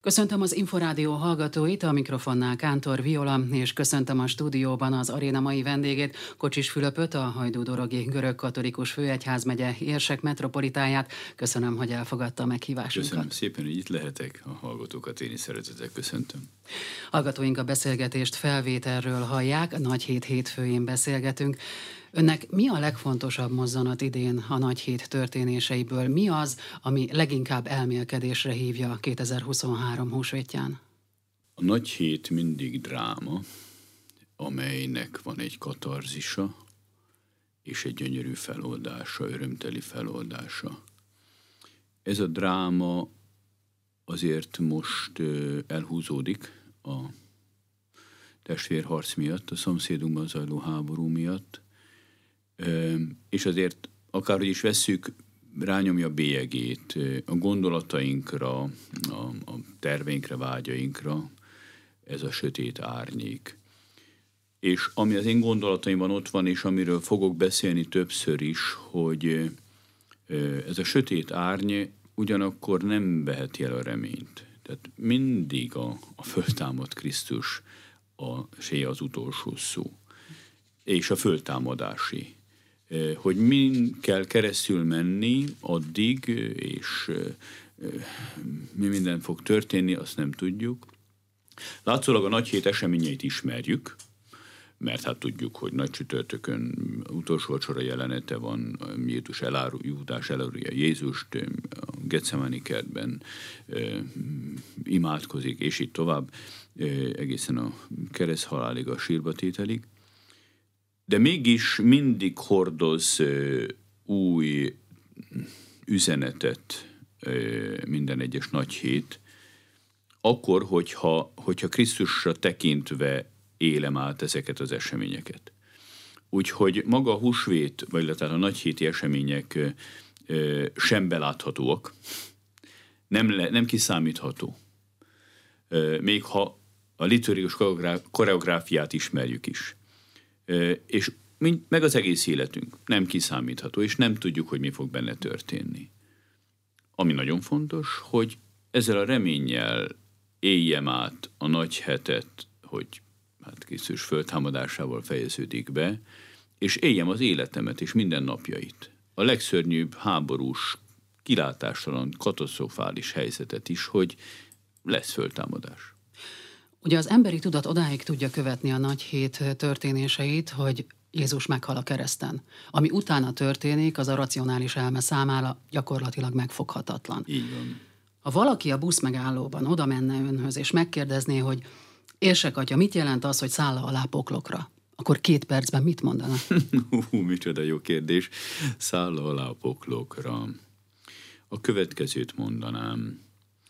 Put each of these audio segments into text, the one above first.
Köszöntöm az Inforádió hallgatóit, a mikrofonnál Kántor Viola, és köszöntöm a stúdióban az aréna mai vendégét, Kocsis Fülöpöt, a hajdúdorogi görögkatolikus főegyházmegye érsek metropolitáját. Köszönöm, hogy elfogadta a meghívásunkat. Köszönöm szépen, hogy itt lehetek, a hallgatókat én is szeretettel köszöntöm. Hallgatóink a beszélgetést felvételről hallják, a Nagyhét hétfőjén beszélgetünk. Önnek mi a legfontosabb mozzanat idén a Nagyhét történéseiből? Mi az, ami leginkább elmélkedésre hívja 2023 húsvétján? A Nagyhét mindig dráma, amelynek van egy katarzisa, és egy gyönyörű feloldása, örömteli feloldása. Ez a dráma azért most elhúzódik a testvérharc miatt, a szomszédunkban zajló háború miatt, és azért akárhogy is vesszük, rányomja bélyegét a gondolatainkra, a terveinkre, vágyainkra, ez a sötét árnyék. És ami az én gondolataimban ott van, és amiről fogok beszélni többször is, hogy ez a sötét árny ugyanakkor nem veheti el a reményt. Tehát mindig a föltámadt Krisztus az utolsó szó, és a föltámadási. Hogy min kell keresztül menni addig, és mi minden fog történni, azt nem tudjuk. Látszólag a Nagyhét eseményeit ismerjük, mert hát tudjuk, hogy nagy csütörtökön utolsó vacsora jelenete van, Júdás elárulja Jézust, a Getszemani kertben imádkozik, és így tovább, egészen a kereszthalálig, a sírbatételig. De mégis mindig hordoz új üzenetet minden egyes Nagyhét, akkor, hogyha Krisztusra tekintve élem át ezeket az eseményeket. Úgyhogy maga a húsvét, vagy tehát a nagyhéti események sem beláthatóak, nem kiszámítható. Még ha a liturgikus koreográfiát ismerjük is. És meg az egész életünk nem kiszámítható, és nem tudjuk, hogy mi fog benne történni. Ami nagyon fontos, hogy ezzel a reménnyel éljem át a nagy hetet, hogy hát Krisztus föltámadásával fejeződik be, és éljem az életemet és minden napjait. A legszörnyűbb háborús, kilátástalan, katasztrofális helyzetet is, hogy lesz föltámadás. Ugye az emberi tudat odáig tudja követni a Nagyhét történéseit, hogy Jézus meghal a kereszten. Ami utána történik, az a racionális elme számára gyakorlatilag megfoghatatlan. Így van. Ha valaki a buszmegállóban oda menne önhöz, és megkérdezné, hogy érsek atya, mit jelent az, hogy szálla alá poklokra? Akkor 2 percben mit mondana? Micsoda jó kérdés. Szálla alá a poklokra. A következőt mondanám.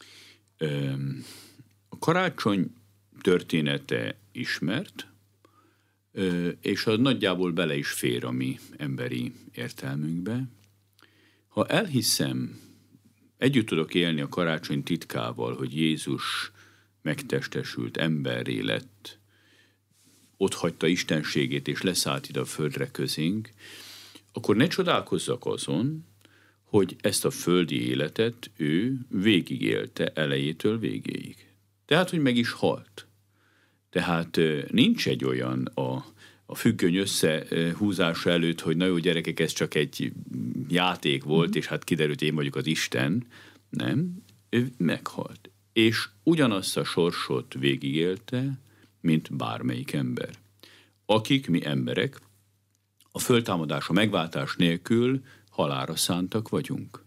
A karácsony története ismert, és az nagyjából bele is fér a mi emberi értelmünkbe. Ha elhiszem, együtt tudok élni a karácsony titkával, hogy Jézus megtestesült, emberré lett, otthagyta istenségét és leszállt ide a földre közénk, akkor ne csodálkozzak azon, hogy ezt a földi életet ő végigélte elejétől végéig. Tehát, hogy meg is halt. Tehát nincs egy olyan a függöny összehúzása előtt, hogy na jó gyerekek, ez csak egy játék volt, és hát kiderült, én vagyok az Isten. Nem, ő meghalt. És ugyanazt a sorsot végigélte, mint bármelyik ember. Akik, mi emberek, a föltámadás, a megváltás nélkül halálra szántak vagyunk.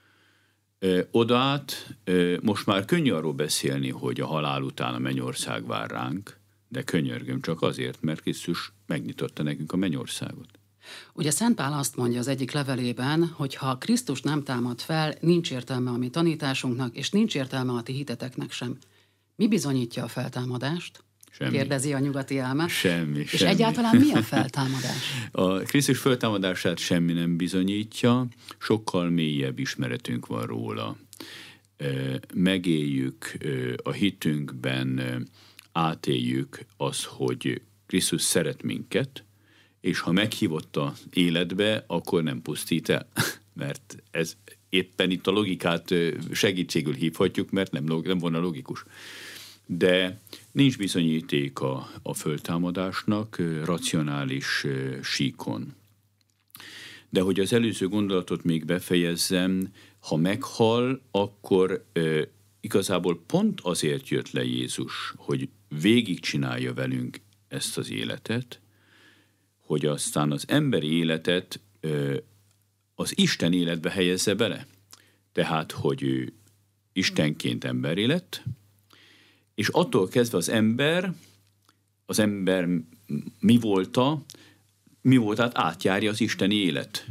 Odaát most már könnyű arról beszélni, hogy a halál után a mennyország vár ránk, de könyörgöm csak azért, mert Krisztus megnyitotta nekünk a mennyországot. Ugye Szent Pál azt mondja az egyik levelében, hogy ha Krisztus nem támad fel, nincs értelme a mi tanításunknak, és nincs értelme a ti hiteteknek sem. Mi bizonyítja a feltámadást? Semmi. Kérdezi a nyugati elme. Semmi. És egyáltalán mi a feltámadás? A Krisztus feltámadását semmi nem bizonyítja, sokkal mélyebb ismeretünk van róla. Megéljük a hitünkben, átéljük az, hogy Krisztus szeret minket, és ha meghívott az életbe, akkor nem pusztít el, mert ez éppen itt a logikát segítségül hívhatjuk, mert nem volna logikus. De nincs bizonyíték a föltámadásnak racionális síkon. De hogy az előző gondolatot még befejezzem, ha meghal, akkor igazából pont azért jött le Jézus, hogy végigcsinálja velünk ezt az életet, hogy aztán az emberi életet az Isten életbe helyezze bele. Tehát, hogy ő Istenként emberi lett, és attól kezdve az ember mi voltát átjárja az isteni élet.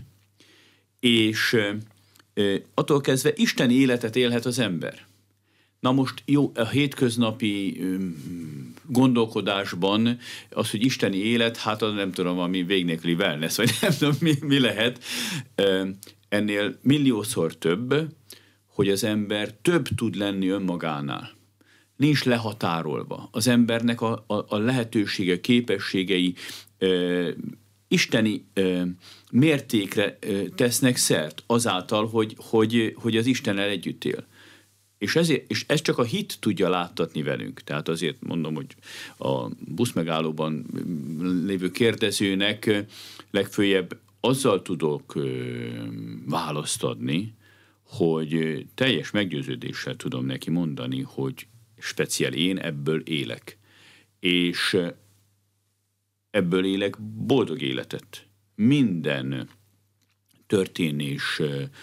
És attól kezdve isteni életet élhet az ember. Na most jó, a hétköznapi gondolkodásban az, hogy isteni élet, hát az nem tudom, ami vég nélküli wellness, vagy nem tudom, mi lehet. Ennél milliószor több, hogy az ember több tud lenni önmagánál. Nincs lehatárolva. Az embernek a lehetősége, képességei isteni mértékre tesznek szert azáltal, hogy az Istennel együtt él. És ez csak a hit tudja láttatni velünk. Tehát azért mondom, hogy a buszmegállóban lévő kérdezőnek legfőjebb azzal tudok választ adni, hogy teljes meggyőződéssel tudom neki mondani, hogy speciál én ebből élek. És ebből élek boldog életet. Minden történés,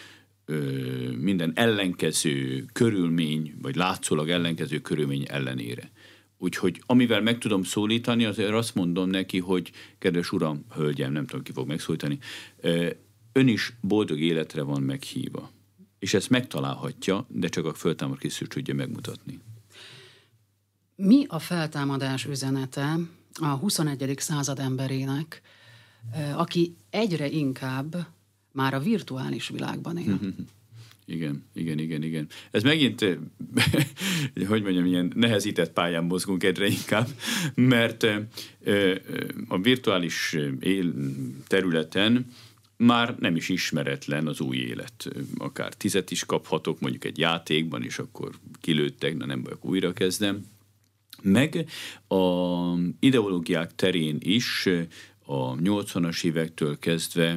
minden ellenkező körülmény, vagy látszólag ellenkező körülmény ellenére. Úgyhogy amivel meg tudom szólítani, azért azt mondom neki, hogy kedves uram, hölgyem, nem tudom, ki fog megszólítani, ön is boldog életre van meghívva. És ezt megtalálhatja, de csak a föltámad Krisztus tudja megmutatni. Mi a feltámadás üzenete a 21. század emberének, aki egyre inkább már a virtuális világban él? Igen. Ez megint, hogy mondjam, ilyen nehezített pályán mozgunk egyre inkább, mert a virtuális területen már nem is ismeretlen az új élet. Akár 10 is kaphatok mondjuk egy játékban, és akkor kilőttek, de nem vagyok, újra kezdem. Meg a ideológiák terén is a 80-as évektől kezdve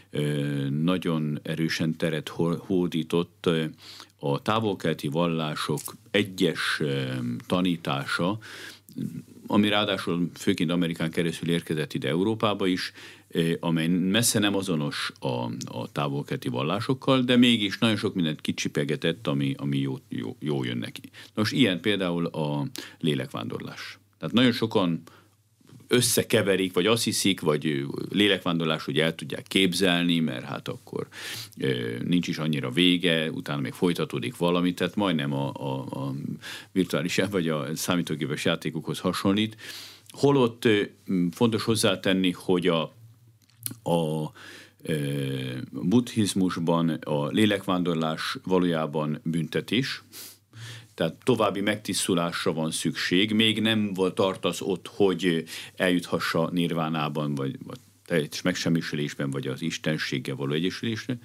nagyon erősen teret hódított a távol-keleti vallások egyes tanítása, ami ráadásul főként Amerikán keresztül érkezett ide Európába is, amely messze nem azonos a távol-keleti vallásokkal, de mégis nagyon sok mindent kicsipegetett, ami jó jön neki. Most ilyen például a lélekvándorlás. Tehát nagyon sokan összekeverik, vagy azt hiszik, vagy lélekvándorlás, hogy el tudják képzelni, mert hát akkor nincs is annyira vége, utána még folytatódik valami, tehát majdnem a virtuális vagy a számítógépes játékokhoz hasonlít. Holott fontos hozzátenni, hogy a buddhizmusban a lélekvándorlás valójában büntetés, tehát további megtisztulásra van szükség, még nem tartasz ott, hogy eljuthassa nirvánában, vagy teljes megsemmisülésben, vagy az istenséggel való egyesülésre.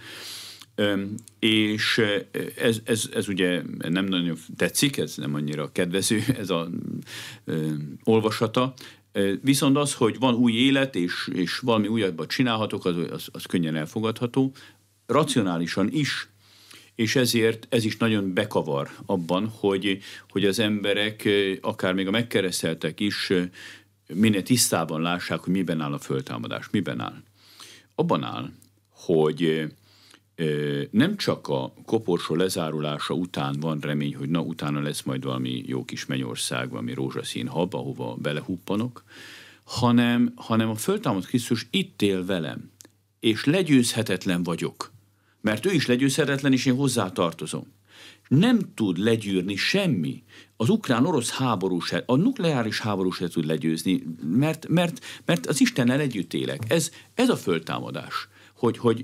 És ez ugye nem nagyon tetszik, ez nem annyira kedvező, ez az olvasata. Viszont az, hogy van új élet, és valami újabbat csinálhatok, az könnyen elfogadható. Racionálisan is, és ezért ez is nagyon bekavar abban, hogy az emberek, akár még a megkereszteltek is minél tisztában lássák, hogy miben áll a föltámadás. Miben áll? Abban áll, hogy nem csak a koporsó lezárulása után van remény, hogy na, utána lesz majd valami jó kis mennyország, valami rózsaszín hab, ahova belehuppanok, hanem a föltámadt Krisztus itt él velem, és legyőzhetetlen vagyok. Mert ő is legyőzhetetlen, és én hozzá tartozom. Nem tud legyűrni semmi. Az ukrán-orosz háború se, a nukleáris háború se tud legyőzni, mert az Istennel együtt élek. Ez a föltámadás, hogy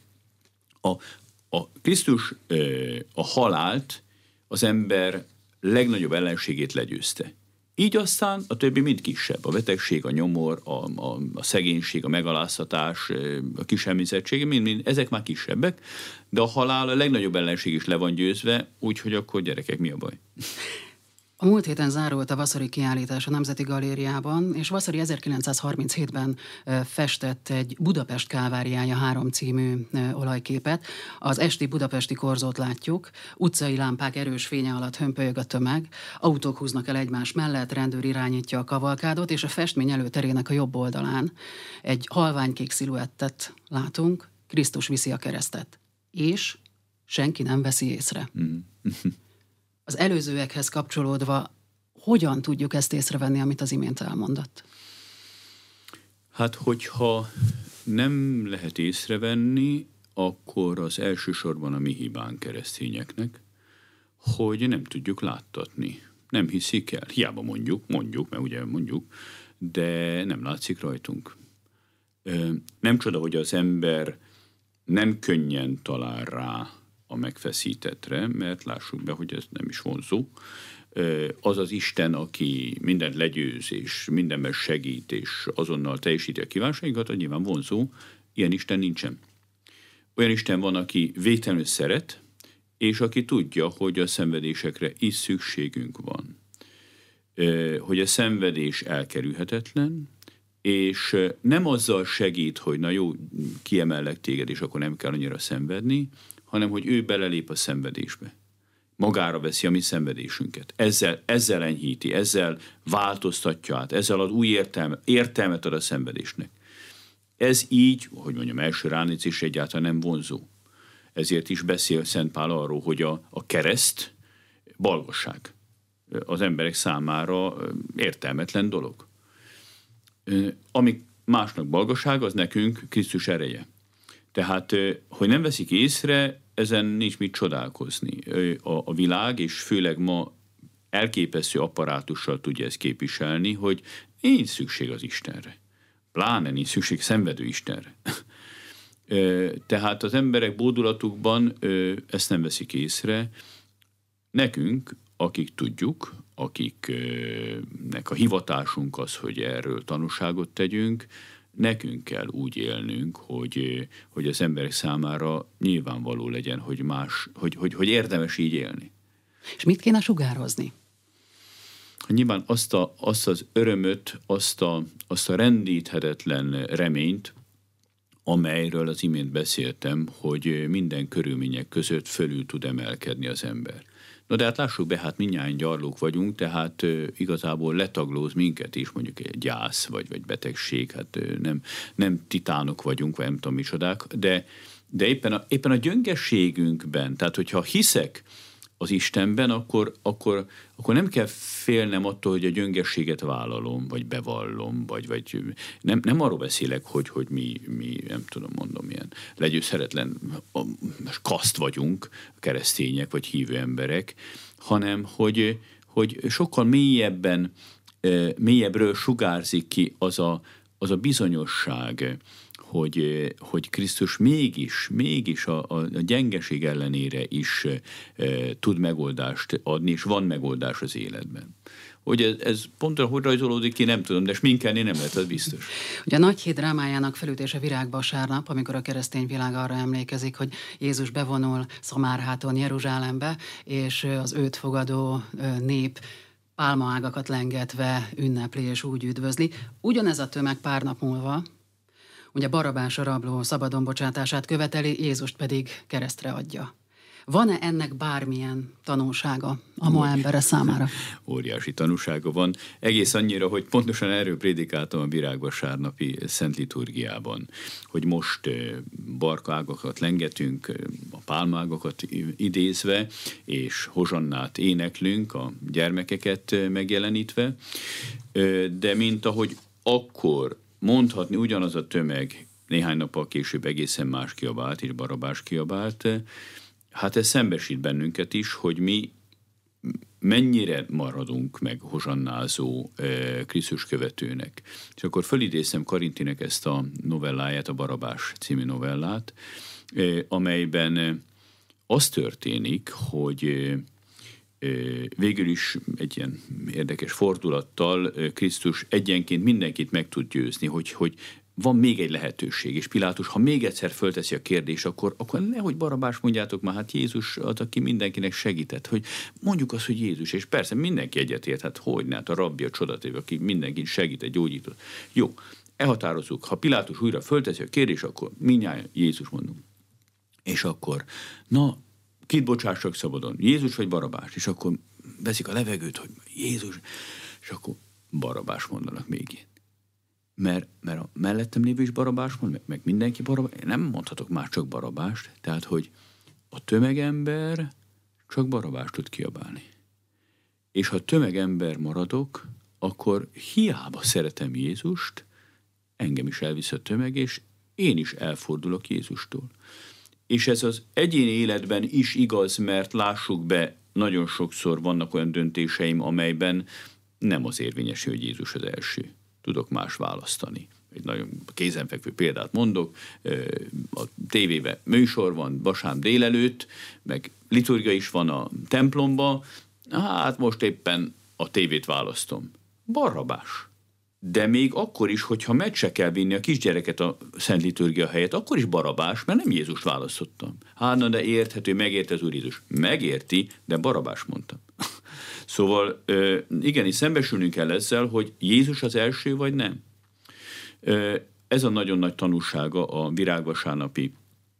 a Krisztus a halált az ember legnagyobb ellenségét legyőzte. Így aztán a többi mind kisebb. A betegség, a nyomor, a szegénység, a megaláztatás, a kisemmizettség, mind ezek már kisebbek, de a halál, a legnagyobb ellenség is le van győzve, úgyhogy akkor gyerekek, mi a baj? A múlt héten zárult a Vaszary kiállítás a Nemzeti Galériában, és Vaszary 1937-ben festett egy Budapest Kálváriája 3 című olajképet. Az esti budapesti korzót látjuk, utcai lámpák erős fénye alatt hömpölyög a tömeg, autók húznak el egymás mellett, rendőr irányítja a kavalkádot, és a festmény előterének a jobb oldalán egy halványkék sziluettet látunk, Krisztus viszi a keresztet, és senki nem veszi észre. Az előzőekhez kapcsolódva, hogyan tudjuk ezt észrevenni, amit az imént elmondott? Hát, hogyha nem lehet észrevenni, akkor az elsősorban a mi hibánk keresztényeknek, hogy nem tudjuk láttatni. Nem hiszik el. Hiába mondjuk, mert ugye mondjuk, de nem látszik rajtunk. Nem csoda, hogy az ember nem könnyen talál rá a megfeszítettre, mert lássuk be, hogy ez nem is vonzó. Az az Isten, aki mindent legyőz, és mindenben segít, és azonnal teljesíti a kívánságokat, az nyilván vonzó. Ilyen Isten nincsen. Olyan Isten van, aki végtelenül szeret, és aki tudja, hogy a szenvedésekre is szükségünk van. Hogy a szenvedés elkerülhetetlen, és nem azzal segít, hogy na jó, kiemellek téged, és akkor nem kell annyira szenvedni, hanem hogy ő belelép a szenvedésbe. Magára veszi a mi szenvedésünket. Ezzel enyhíti, ezzel változtatja át, ezzel ad új értelmet ad a szenvedésnek. Ez így, hogy mondjam, első ránézésre egyáltalán nem vonzó. Ezért is beszél Szent Pál arról, hogy a kereszt balgasság. Az emberek számára értelmetlen dolog. Ami másnak balgaság, az nekünk Krisztus ereje. Tehát, hogy nem veszik észre, ezen nincs mit csodálkozni. A világ, és főleg ma elképesztő apparátussal tudja ezt képviselni, hogy nincs szükség az Istenre. Pláne nincs szükség szenvedő Istenre. Tehát az emberek bódulatukban ezt nem veszik észre. Nekünk, akik tudjuk, akiknek a hivatásunk az, hogy erről tanúságot tegyünk, nekünk kell úgy élnünk, hogy az emberek számára nyilvánvaló legyen, hogy érdemes így élni. És mit kéne sugározni? Nyilván azt az örömöt, azt a rendíthetetlen reményt, amelyről az imént beszéltem, hogy minden körülmények között fölül tud emelkedni az ember. Na de hát lássuk be, hát mindnyájan gyarlók vagyunk, tehát igazából letaglóz minket is, mondjuk egy gyász vagy betegség, hát nem titánok vagyunk, vagy nem tudom micsodák, de éppen a gyöngességünkben, tehát hogyha hiszek az Istenben, akkor nem kell félnem attól, hogy a gyöngességet vállalom, vagy bevallom, vagy nem arról beszélek, hogy mi nem tudom, mondom, ilyen legyőzhetetlen kaszt vagyunk, keresztények, vagy hívő emberek, hanem hogy sokkal mélyebbről sugárzik ki az a bizonyosság, hogy Krisztus mégis a gyengeség ellenére is tud megoldást adni, és van megoldás az életben. Hogy ez pontosan hogy rajzolódik ki, nem tudom, de sminkelni nem lehet, az biztos. Ugye a Nagyhét drámájának felütése virágvasárnap, amikor a keresztény világ arra emlékezik, hogy Jézus bevonul Szamárháton Jeruzsálembe, és az őt fogadó nép pálmaágakat lengetve ünnepli és úgy üdvözli. Ugyanez a tömeg pár nap múlva, ugye Barabás a rabló szabadon bocsátását követeli, Jézust pedig keresztre adja. Van-e ennek bármilyen tanulsága a ma embere számára? Óriási tanúsága van. Egész annyira, hogy pontosan erről prédikáltam a virágvasárnapi Szent Liturgiában, hogy most barkaágakat lengetünk, a pálmágakat idézve, és hozsannát éneklünk, a gyermekeket megjelenítve, de mint ahogy akkor mondhatni ugyanaz a tömeg néhány nappal később egészen más kiabált, és Barabás kiabált, hát ez szembesít bennünket is, hogy mi mennyire maradunk meg hozsannázó Krisztus követőnek. És akkor fölidéztem Karintinek ezt a novelláját, a Barabás című novellát, amelyben az történik, hogy végül is egy ilyen érdekes fordulattal Krisztus egyenként mindenkit meg tud győzni, hogy van még egy lehetőség, és Pilátus, ha még egyszer fölteszi a kérdést, akkor nehogy Barabás mondjátok már, hát Jézus az, aki mindenkinek segített, hogy mondjuk azt, hogy Jézus, és persze mindenki egyetért, hát hogyne, hát a rabbi, a csodatév, aki mindenkin segített, gyógyított. Jó, elhatározzuk, ha Pilátus újra fölteszi a kérdést, akkor mindjárt Jézus mondunk. És akkor, na, kit bocsássak szabadon, Jézus vagy Barabás? És akkor veszik a levegőt, hogy Jézus, és akkor Barabás mondanak még ilyen. Mert a mellettem lévő is Barabás mond, meg mindenki Barabás, én nem mondhatok már csak Barabást, tehát, hogy a tömegember csak Barabást tud kiabálni. És ha tömegember maradok, akkor hiába szeretem Jézust, engem is elvisz a tömeg, és én is elfordulok Jézustól. És ez az egyéni életben is igaz, mert lássuk be, nagyon sokszor vannak olyan döntéseim, amelyben nem az érvényesül, hogy Jézus az első. Tudok más választani. Egy nagyon kézenfekvő példát mondok, a tévében műsor van vasárnap délelőtt, meg liturgia is van a templomba, hát most éppen a tévét választom. Barrabás. De még akkor is, hogyha meccse kell vinni a kisgyereket a Szent Liturgia helyett, akkor is Barabás, mert nem Jézust választottam. Hát, na, de érthető, megérti az Úr Jézus. Megérti, de Barabás mondtam. Szóval igenis szembesülnünk kell ezzel, hogy Jézus az első, vagy nem. Ez a nagyon nagy tanúsága a virágvasárnapi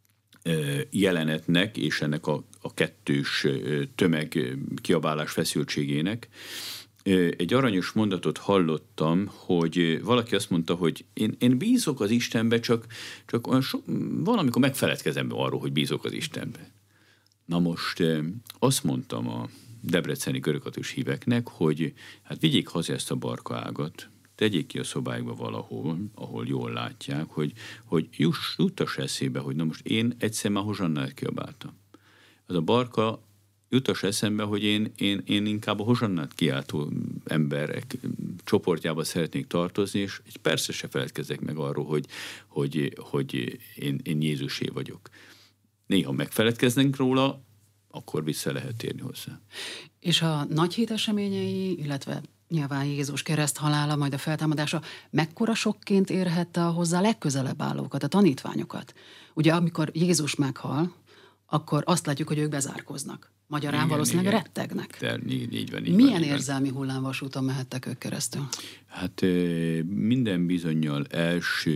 jelenetnek, és ennek a kettős tömegkiabálás feszültségének. Egy aranyos mondatot hallottam, hogy valaki azt mondta, hogy én bízok az Istenbe, csak valamikor megfeledkezem arról, hogy bízok az Istenbe. Na most azt mondtam a debreceni görögkatolikus híveknek, hogy hát vigyék haza ezt a barkaágat, tegyék ki a szobáikba valahol, ahol jól látják, hogy juttass eszébe, hogy na most én egyszer már Hozsannát kiabáltam. Az a barka juttass eszembe, hogy én inkább a Hozsannát kiáltó emberek csoportjába szeretnék tartozni, és persze se feledkezzek meg arról, hogy én Jézusé vagyok. Néha megfeledkeznek róla, akkor vissza lehet térni hozzá. És a nagy hét eseményei, illetve nyilván Jézus kereszthalála, majd a feltámadása, mekkora sokként érhette hozzá legközelebb állókat, a tanítványokat? Ugye amikor Jézus meghal, akkor azt látjuk, hogy ők bezárkoznak. Magyarán igen, valószínűleg igen. Rettegnek. Így van. Milyen érzelmi hullámvasúton mehettek ők keresztül? Hát minden bizonnyal első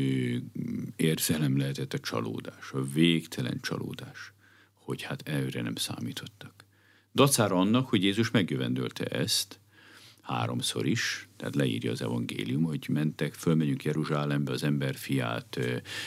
érzelem lehetett a csalódás, a végtelen csalódás, hogy hát előre nem számítottak. Dacára annak, hogy Jézus megjövendölte ezt, 3-szor is, tehát leírja az evangélium, hogy fölmegyünk Jeruzsálembe, az emberfiát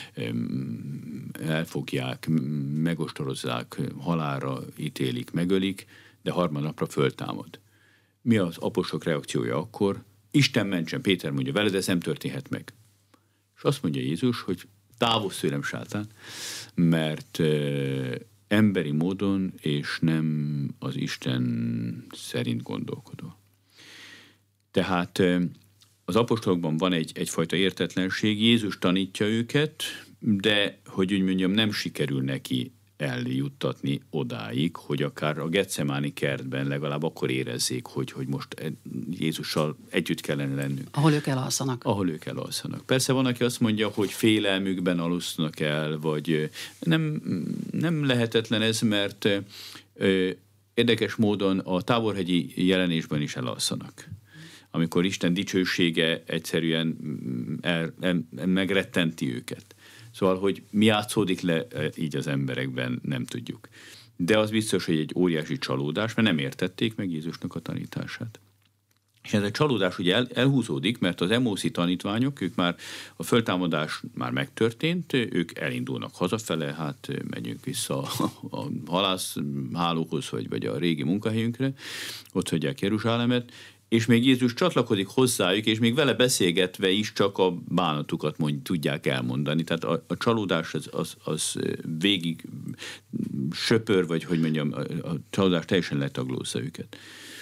elfogják, megostorozzák, halálra ítélik, megölik, de harmadnapra föltámad. Mi az apostolok reakciója akkor? Isten mentsen, Péter mondja, veled ez nem történhet meg. És azt mondja Jézus, hogy távozz tőlem, sátán, mert emberi módon, és nem az Isten szerint gondolkodó. Tehát az apostolokban van egyfajta értetlenség, Jézus tanítja őket, de, hogy úgy mondjam, nem sikerül neki eljuttatni odáig, hogy akár a Getsemáni kertben legalább akkor érezzék, hogy most Jézussal együtt kellene lennünk. Ahol ők elalszanak. Ahol ők elalszanak. Persze van, aki azt mondja, hogy félelmükben alusznak el, vagy nem lehetetlen ez, mert érdekes módon a táborhegyi jelenésben is elalszanak. Amikor Isten dicsősége egyszerűen megrettenti őket. Szóval, hogy mi játszódik le így az emberekben, nem tudjuk. De az biztos, hogy egy óriási csalódás, mert nem értették meg Jézusnak a tanítását. És ez a csalódás ugye elhúzódik, mert az emószi tanítványok, ők már a föltámadás már megtörtént, ők elindulnak hazafele, hát megyünk vissza a halászhálókhoz, vagy a régi munkahelyünkre, ott hagyják Jeruzsálemet, és még Jézus csatlakozik hozzájuk, és még vele beszélgetve is csak a bánatukat tudják elmondani. Tehát a csalódás az végig söpör, vagy hogy mondjam, a csalódás teljesen letaglózza őket.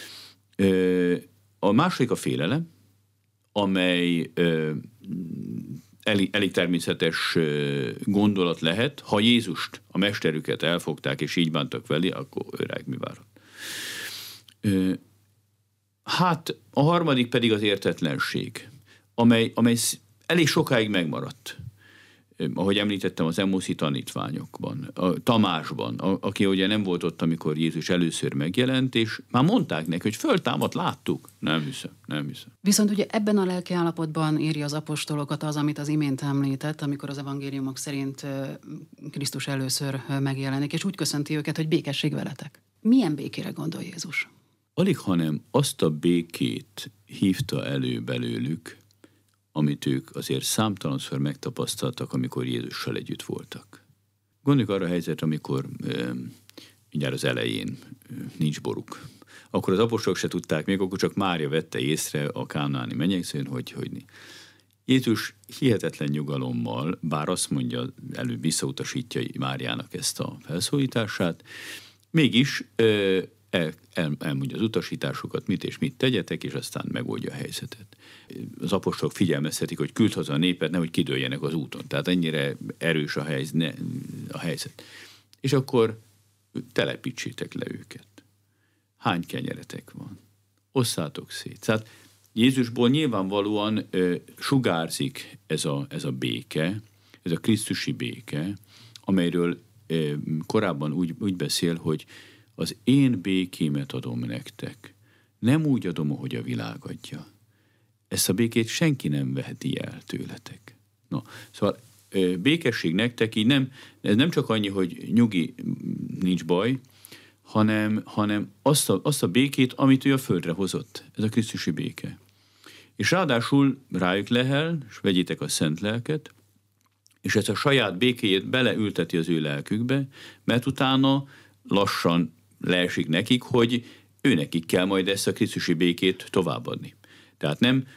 A második a félelem, amely elég természetes gondolat lehet. Ha Jézust, a mesterüket elfogták, és így bántak vele, akkor őreg mi várhat. Hát a harmadik pedig az értetlenség, amely elég sokáig megmaradt. Ahogy említettem, az Emmósi tanítványokban, a Tamásban, aki ugye nem volt ott, amikor Jézus először megjelent, és már mondták neki, hogy föltámadt, láttuk. Nem hiszem. Viszont ugye ebben a lelkiállapotban írja az apostolokat az, amit az imént említett, amikor az evangéliumok szerint Krisztus először megjelenik, és úgy köszönti őket, hogy békesség veletek. Milyen békére gondol Jézus? Alig, hanem azt a békét hívta elő belőlük, amit ők azért számtalanszor megtapasztaltak, amikor Jézussal együtt voltak. Gondoljuk arra a helyzetre, amikor mindjárt az elején nincs boruk. Akkor az apostolok se tudták még, akkor csak Mária vette észre a kánaáni mennyegzőn, hogy Jézus hihetetlen nyugalommal, bár azt mondja, előbb visszautasítja Máriának ezt a felszólítását, mégis elmondja az utasításokat, mit és mit tegyetek, és aztán megoldja a helyzetet. Az apostolok figyelmeztetik, hogy küld haza a népet, nehogy kidőljenek az úton. Tehát ennyire erős a helyzet. És akkor telepítsétek le őket. Hány kenyeretek van? Osszátok szét. Tehát Jézusból nyilvánvalóan sugárzik ez a béke, ez a krisztusi béke, amelyről korábban úgy beszél, hogy az én békémet adom nektek. Nem úgy adom, ahogy a világ adja. Ezt a békét senki nem veheti el tőletek. No, szóval békesség nektek így ez nem csak annyi, hogy nyugi, nincs baj, hanem azt a békét, amit ő a földre hozott. Ez a krisztusi béke. És ráadásul rájuk lehel, és vegyétek a szent lelket, és ezt a saját békéjét beleülteti az ő lelkükbe, mert utána lassan leesik nekik, hogy őnekik kell majd ezt a krisztusi békét továbbadni. Tehát nem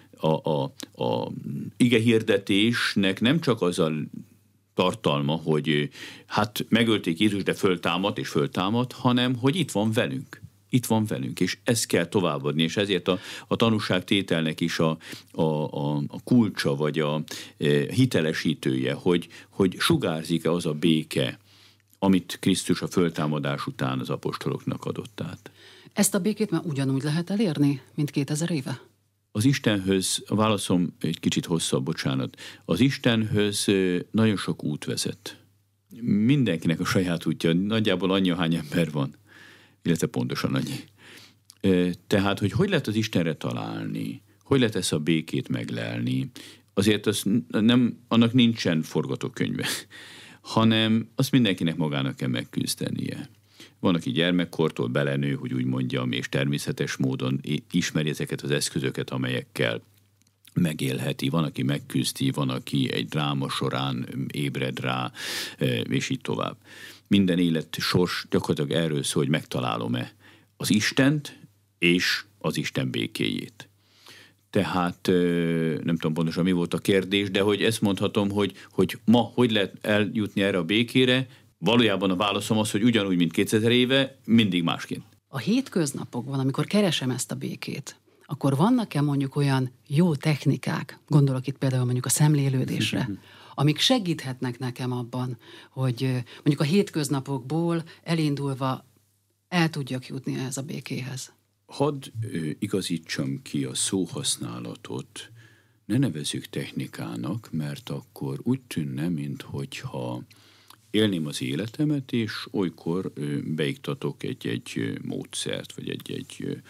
a igehirdetésnek nem csak az a tartalma, hogy hát megölték Jézus, de föltámad, hanem hogy itt van velünk, és ezt kell továbbadni, és ezért a tanúságtételnek is a kulcsa, vagy a hitelesítője, hogy sugárzik-e az a béke, amit Krisztus a föltámadás után az apostoloknak adott át. Ezt a békét már ugyanúgy lehet elérni, mint 2000 éve? Az Istenhöz, a válaszom egy kicsit hosszabb, bocsánat, az Istenhöz nagyon sok út vezet. Mindenkinek a saját útja, nagyjából annyi, hány ember van, illetve pontosan annyi. Tehát, hogy lehet az Istenre találni, hogy lehet ezt a békét meglelni, azért annak nincsen forgatókönyve, hanem azt mindenkinek magának kell megküzdenie. Van, aki gyermekkortól belenő, hogy úgy mondjam, és természetes módon ismeri ezeket az eszközöket, amelyekkel megélheti. Van, aki megküzdi, van, aki egy dráma során ébred rá, és így tovább. Minden élet sors gyakorlatilag erről szól, hogy megtalálom-e az Istent és az Isten békéjét. Tehát nem tudom pontosan mi volt a kérdés, de hogy ezt mondhatom, hogy ma hogy lehet eljutni erre a békére, valójában a válaszom az, hogy ugyanúgy, mint 2000 éve, mindig másként. A hétköznapokban, amikor keresem ezt a békét, akkor vannak-e mondjuk olyan jó technikák, gondolok itt például mondjuk a szemlélődésre, amik segíthetnek nekem abban, hogy mondjuk a hétköznapokból elindulva el tudjak jutni ehhez a békéhez? Hadd igazítsam ki a szóhasználatot, ne nevezzük technikának, mert akkor úgy tűnne, minthogyha élném az életemet, és olykor beiktatok egy módszert, vagy egy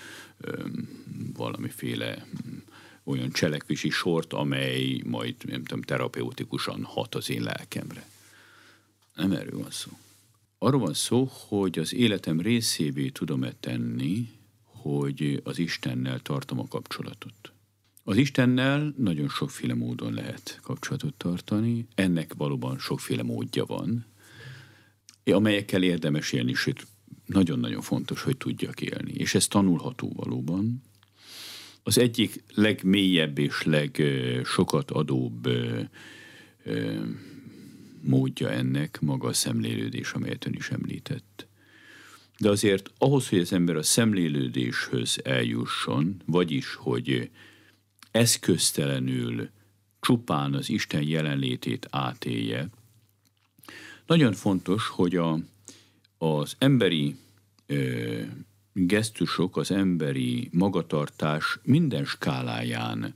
valamiféle olyan cselekvési sort, amely majd, nem tudom, terapeutikusan hat az én lelkemre. Nem erről van szó. Arról van szó, hogy az életem részévé tudom-e tenni, hogy az Istennel tartom a kapcsolatot. Az Istennel nagyon sokféle módon lehet kapcsolatot tartani, ennek valóban sokféle módja van, amelyekkel érdemes élni, sőt, nagyon-nagyon fontos, hogy tudjak élni. És ez tanulható valóban. Az egyik legmélyebb és legsokat adóbb módja ennek maga a szemlélődés, amelyet ön is említett. De azért ahhoz, hogy az ember a szemlélődéshöz eljusson, vagyis, hogy eszköztelenül csupán az Isten jelenlétét átélje, nagyon fontos, hogy az emberi gesztusok az emberi magatartás minden skáláján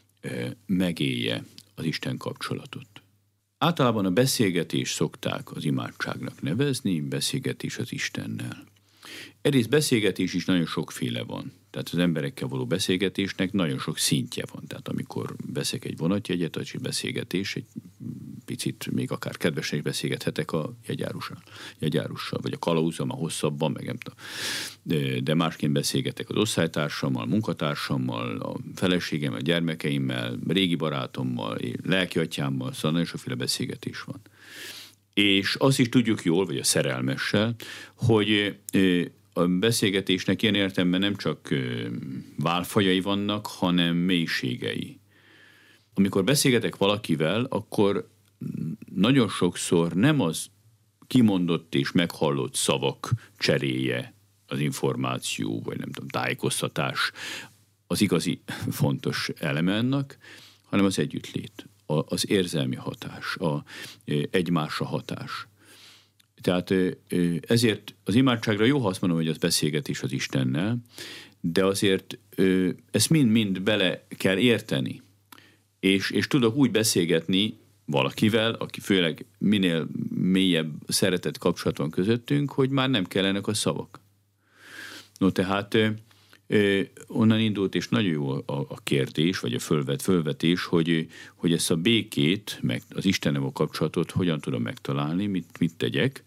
megélje az Isten kapcsolatot. Általában a beszélgetés szokták az imádságnak nevezni, beszélgetés az Istennel. Egyrészt beszélgetés is nagyon sokféle van. Tehát az emberekkel való beszélgetésnek nagyon sok szintje van. Tehát amikor veszek egy vonatjegyet, az egy beszélgetés, egy picit még akár kedvesen is beszélgethetek a jegyárussal, vagy a kalauzom a hosszabban, meg nem tudom. De másként beszélgetek az osztálytársammal, munkatársammal, a feleségemmel, a gyermekeimmel, régi barátommal, lelkiatyámmal, szóval nagyon sokféle beszélgetés van. És azt is tudjuk jól, vagy a szerelmessel, hogy a beszélgetésnek ilyen értelemben nem csak válfajai vannak, hanem mélységei. Amikor beszélgetek valakivel, akkor nagyon sokszor nem az kimondott és meghallott szavak cseréje az információ, vagy nem tudom, tájékoztatás az igazi fontos eleme ennek, hanem az együttlét, az érzelmi hatás, egymásra hatás. Tehát ezért az imádságra jó, ha azt mondom, hogy az beszélgetés az Istennel, de azért ezt mind-mind bele kell érteni. És tudok úgy beszélgetni valakivel, aki főleg minél mélyebb szeretett kapcsolat van közöttünk, hogy már nem kellenek a szavak. No, tehát onnan indult, és nagyon jó a kérdés, vagy a fölvetés, hogy ezt a békét, meg az Istennel a kapcsolatot hogyan tudom megtalálni, mit tegyek.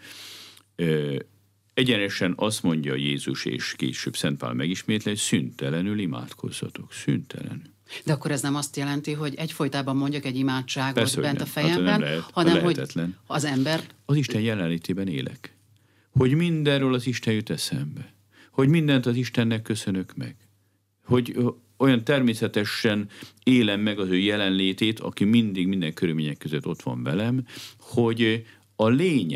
Egyenesen azt mondja Jézus, és később Szent Pál megismétli, hogy szüntelenül imádkozzatok, szüntelenül. De akkor ez nem azt jelenti, hogy egyfolytában mondjak egy imádságot persze, bent a hát fejemben, hanem hogy az ember... Az Isten jelenlétében élek. Hogy mindenről az Isten jut eszembe. Hogy mindent az Istennek köszönök meg. Hogy olyan természetesen élem meg az ő jelenlétét, aki mindig minden körülmények között ott van velem, hogy a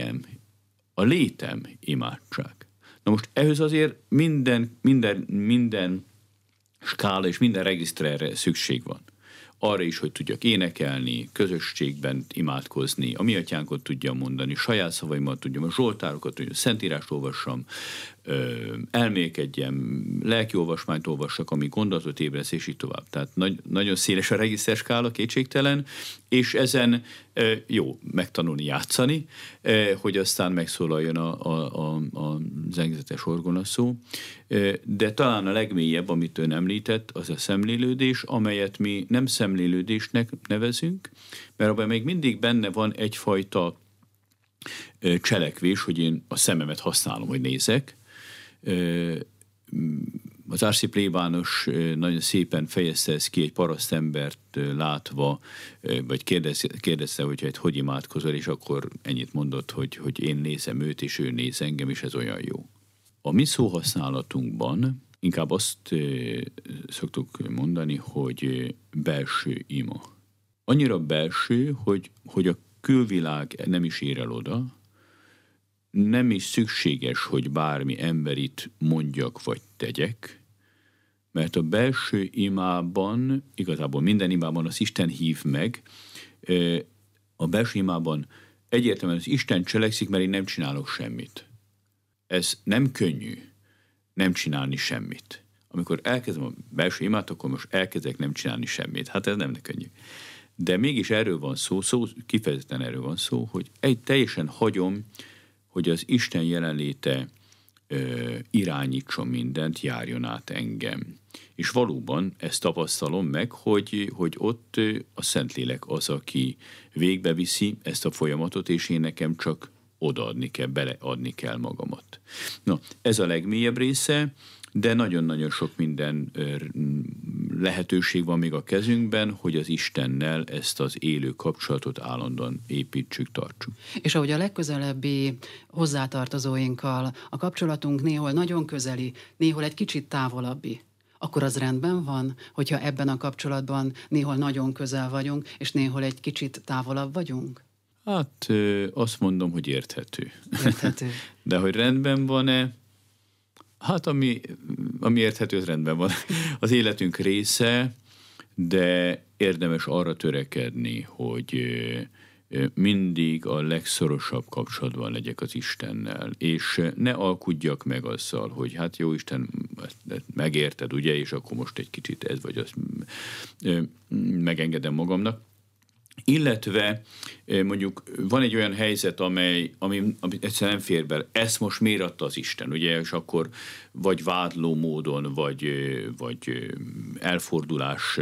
létem imádság. Na most ehhez azért minden skála és minden regisztrerre szükség van. Arra is, hogy tudjak énekelni, közösségben imádkozni, a mi atyánkot tudjam mondani, saját szavaimat tudjam, a zsoltárokat tudjam, szentírást olvassam, elmélkedjem, lelkiolvasmányt olvassak, ami gondolatot ébresz, és így tovább. Tehát nagyon széles a regiszterskála, kétségtelen, és ezen jó megtanulni játszani, hogy aztán megszólaljon a zengzetes orgonaszó. De talán a legmélyebb, amit ön említett, az a szemlélődés, amelyet mi nem szemlélődésnek nevezünk, mert abban még mindig benne van egyfajta cselekvés, hogy én a szememet használom, hogy nézek. Az R.C. plébános nagyon szépen fejezte ezt ki egy parasztembert látva, vagy kérdezte, hogy imádkozol, és akkor ennyit mondott, hogy én nézem őt, és ő néz engem, és ez olyan jó. A mi szóhasználatunkban inkább azt szoktuk mondani, hogy belső ima. Annyira belső, hogy a külvilág nem is ér el oda, nem is szükséges, hogy bármi emberit mondjak vagy tegyek, mert a belső imában, igazából minden imában az Isten hív meg, a belső imában egyértelműen az Isten cselekszik, mert én nem csinálok semmit. Ez nem könnyű, nem csinálni semmit. Amikor elkezdem a belső imát, akkor most elkezdek nem csinálni semmit. Hát ez nem könnyű. De mégis erről van szó, kifejezetten erről van szó, hogy teljesen hagyom, hogy az Isten jelenléte irányítson mindent, járjon át engem. És valóban ezt tapasztalom meg, hogy ott a Szentlélek az, aki végbeviszi ezt a folyamatot, és én nekem csak odaadni kell, beleadni kell magamat. Na, ez a legmélyebb része, de nagyon-nagyon sok minden lehetőség van még a kezünkben, hogy az Istennel ezt az élő kapcsolatot állandóan építsük, tartsuk. És ahogy a legközelebbi hozzátartozóinkkal a kapcsolatunk néhol nagyon közeli, néhol egy kicsit távolabbi, akkor az rendben van, hogyha ebben a kapcsolatban néhol nagyon közel vagyunk, és néhol egy kicsit távolabb vagyunk? Hát azt mondom, hogy érthető. Érthető. De hogy rendben van-e? Hát ami érthető, az rendben van. Az életünk része, de érdemes arra törekedni, hogy mindig a legszorosabb kapcsolatban legyek az Istennel, és ne alkudjak meg azzal, hogy hát jó Isten, megérted, ugye, és akkor most egy kicsit ez vagy azt megengedem magamnak. Illetve mondjuk van egy olyan helyzet, ami egyszerűen nem fér bele. Ezt most miért adta az Isten, ugye, és akkor vagy vádló módon, vagy elfordulás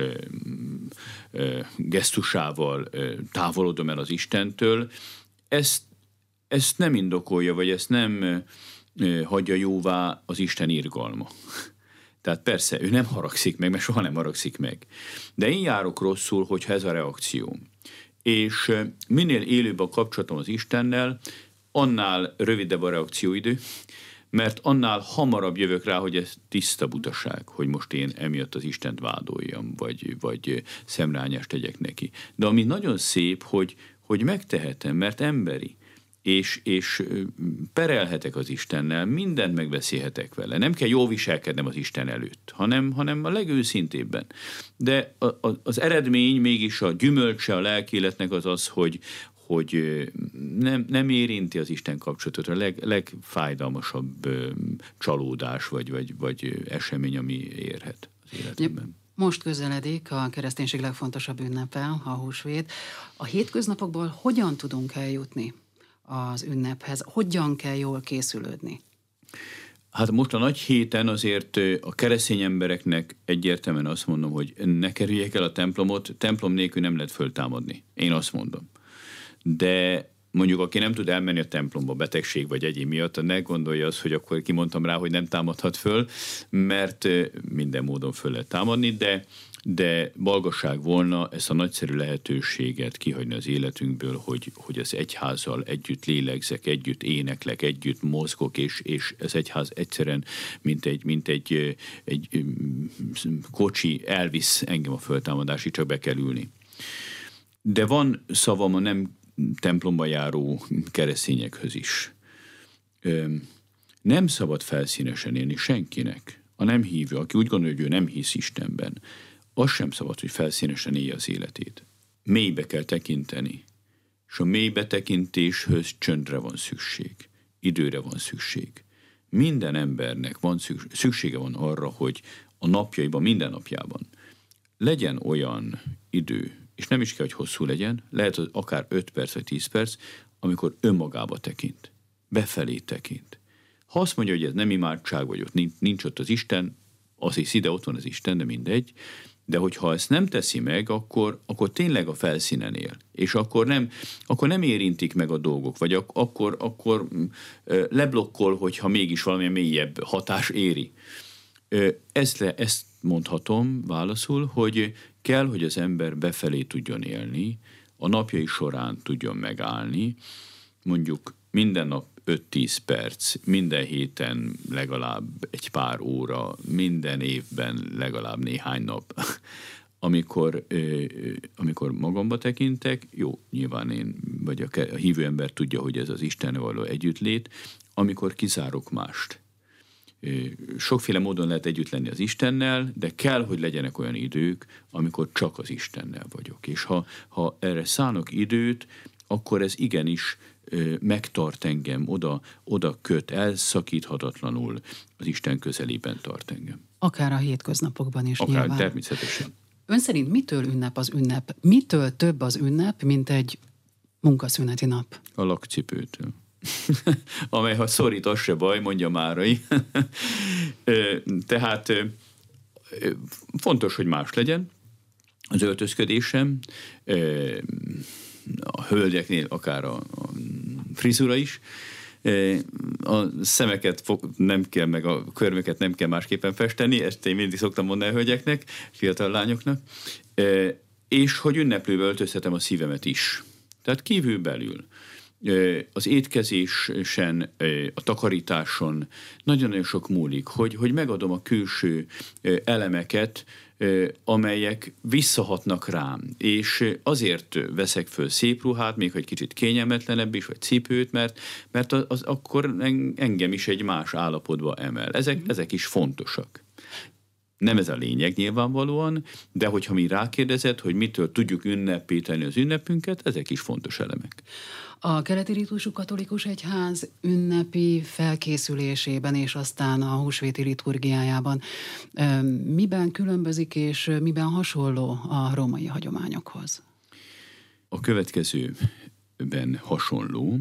gesztusával távolodom el az Istentől. Ezt nem indokolja, vagy ezt nem hagyja jóvá az Isten irgalma. Tehát persze, ő nem haragszik meg, mert soha nem haragszik meg. De én járok rosszul, hogyha ez a reakció. És minél élőbb a kapcsolatom az Istennel, annál rövidebb a reakcióidő, mert annál hamarabb jövök rá, hogy ez tiszta butaság, hogy most én emiatt az Istent vádoljam, vagy szemrehányást tegyek neki. De ami nagyon szép, hogy megtehetem, mert emberi, és perelhetek az Istennel, mindent megbeszélhetek vele. Nem kell jól viselkednem az Isten előtt, hanem a legőszintébben. De az eredmény, mégis a gyümölcse a lelkéletnek az, hogy nem érinti az Isten kapcsolatot, a legfájdalmasabb csalódás vagy esemény, ami érhet az életemben. Most közeledik a kereszténység legfontosabb ünnepe, a húsvét. A hétköznapokból hogyan tudunk eljutni az ünnephez? Hogyan kell jól készülődni? Hát most a nagy héten azért a keresztény embereknek egyértelműen azt mondom, hogy ne kerüljék el a templomot, templom nélkül nem lehet föltámadni. Én azt mondom. De mondjuk aki nem tud elmenni a templomba betegség vagy egyéb miatt, ne gondolja azt, hogy akkor kimondtam rá, hogy nem támadhat föl, mert minden módon föl lehet támadni, de balgaság volna ezt a nagyszerű lehetőséget kihagyni az életünkből, hogy az egyházzal együtt lélegzek, együtt éneklek, együtt mozgok, és az egyház egyszerűen, mint egy kocsi elvisz engem a föltámadásig, csak be kell ülni. De van szavam a nem templomba járó keresztényekhöz is. Nem szabad felszínesen élni senkinek. A nem hívő, aki úgy gondolja, hogy ő nem hisz Istenben, az sem szabad, hogy felszínesen élje az életét. Mélybe kell tekinteni, és a mély betekintéshöz csöndre van szükség, időre van szükség. Minden embernek szüksége van arra, hogy a napjaiban, minden napjában legyen olyan idő, és nem is kell, hogy hosszú legyen, lehet akár 5 perc vagy 10 perc, amikor önmagába tekint, befelé tekint. Ha azt mondja, hogy ez nem imádság, vagy ott nincs ott az Isten, az hisz ide, ott van az Isten, de mindegy, de hogyha ezt nem teszi meg, akkor tényleg a felszínen él, és akkor nem érintik meg a dolgok, vagy akkor leblokkol, hogyha mégis valamilyen mélyebb hatás éri. Ezt mondhatom válaszul, hogy kell, hogy az ember befelé tudjon élni, a napjai során tudjon megállni, mondjuk minden nap 5-10 perc, minden héten legalább egy pár óra, minden évben legalább néhány nap, amikor magamba tekintek, jó, nyilván én, vagy a hívő ember tudja, hogy ez az Istennel való együttlét, amikor kizárok mást. Sokféle módon lehet együtt lenni az Istennel, de kell, hogy legyenek olyan idők, amikor csak az Istennel vagyok. És ha erre szánok időt, akkor ez igenis megtart engem, oda köt, elszakíthatatlanul az Isten közelében tart engem. Akár a hétköznapokban is akár nyilván. Természetesen. Ön szerint mitől ünnep az ünnep? Mitől több az ünnep, mint egy munkaszüneti nap? A lakcipőtől. Amely, ha szorít, az se baj, mondja Márai. Tehát fontos, hogy más legyen az öltözködésem, a hölgyeknél akár a frizura is, a szemeket nem kell, meg a körmöket nem kell másképpen festeni, ezt én mindig szoktam mondani a hölgyeknek, fiatal lányoknak, és hogy ünneplőbe öltözhetem a szívemet is. Tehát kívül-belül. Az étkezésen, a takarításon nagyon-nagyon sok múlik, hogy megadom a külső elemeket, amelyek visszahatnak rám, és azért veszek föl szép ruhát, még hogy kicsit kényelmetlenebb is, vagy cipőt, mert az akkor engem is egy más állapotba emel. Ezek is fontosak. Nem ez a lényeg nyilvánvalóan, de hogyha mi rákérdezett, hogy mitől tudjuk ünnepíteni az ünnepünket, ezek is fontos elemek. A keleti ritusú katolikus egyház ünnepi felkészülésében és aztán a húsvéti liturgiájában miben különbözik és miben hasonló a római hagyományokhoz? A következőben hasonló,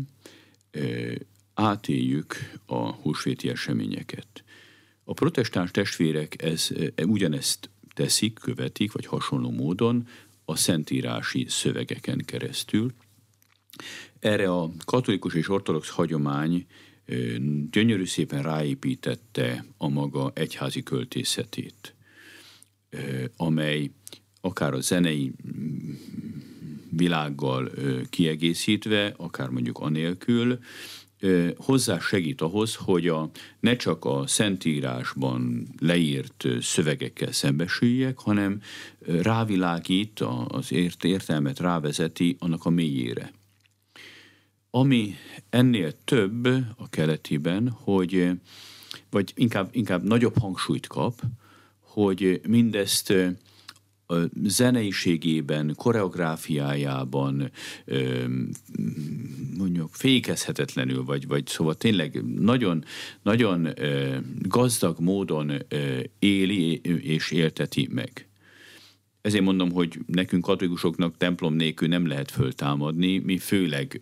átéljük a húsvéti eseményeket. A protestáns testvérek ugyanezt teszik, követik, vagy hasonló módon a szentírási szövegeken keresztül. Erre a katolikus és ortodox hagyomány gyönyörű szépen ráépítette a maga egyházi költészetét, amely akár a zenei világgal kiegészítve, akár mondjuk anélkül, hozzá segít ahhoz, hogy ne csak a Szentírásban leírt szövegekkel szembesüljek, hanem rávilágít, az értelmet rávezeti annak a mélyére. Ami ennél több a keletiben, vagy inkább nagyobb hangsúlyt kap, hogy mindezt a zeneiségében, koreográfiájában mondjuk fékezhetetlenül, vagy szóval tényleg nagyon, nagyon gazdag módon éli és élteti meg. Ezért mondom, hogy nekünk katolikusoknak templom nélkül nem lehet föltámadni, mi főleg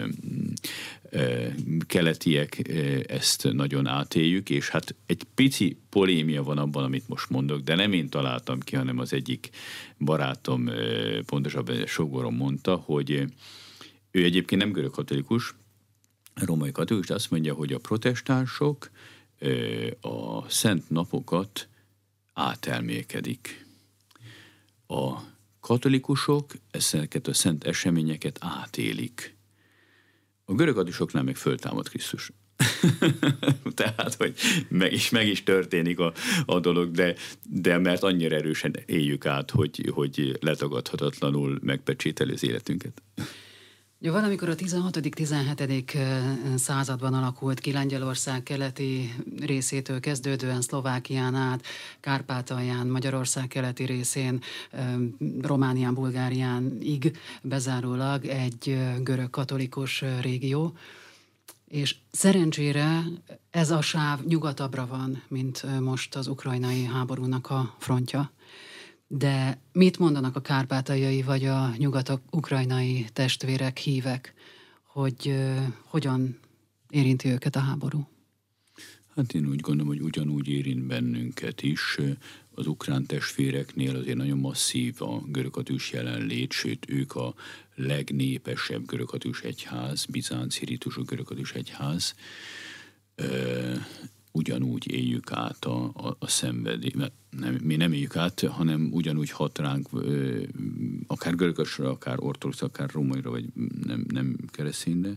keletiek ezt nagyon átéljük, és hát egy pici polémia van abban, amit most mondok, de nem én találtam ki, hanem az egyik barátom, pontosabban Sogorom mondta, hogy ő egyébként nem görög katolikus, római katolikus, de azt mondja, hogy a protestánsok a szent napokat átelmélkedik. A katolikusok ezeket a szent eseményeket átélik. A görög katolikusoknál meg föltámad Krisztus. Tehát, hogy meg is történik a dolog, de mert annyira erősen éljük át, hogy letagadhatatlanul megpecsételi az életünket. Ja, valamikor a 16.-17. Században alakult ki Lengyelország keleti részétől kezdődően Szlovákián át, Kárpátalján, Magyarország keleti részén, Románián, Bulgáriánig bezárólag egy görög katolikus régió, és szerencsére ez a sáv nyugatabbra van, mint most az ukrajnai háborúnak a frontja. De mit mondanak a kárpátaljai vagy a nyugat-ukrajnai testvérek, hívek, hogy hogyan érinti őket a háború? Hát én úgy gondolom, hogy ugyanúgy érint bennünket is. Az ukrán testvéreknél azért nagyon masszív a görög-katolikus jelenlét, sőt ők a legnépesebb görög-katolikus egyház, bizánci ritusú görög-katolikus egyház. Ugyanúgy éljük át a szenvedélyt. Mi nem éljük át, hanem ugyanúgy hat ránk, akár görögösre, akár ortodox, akár rómaira, vagy nem keresztényre.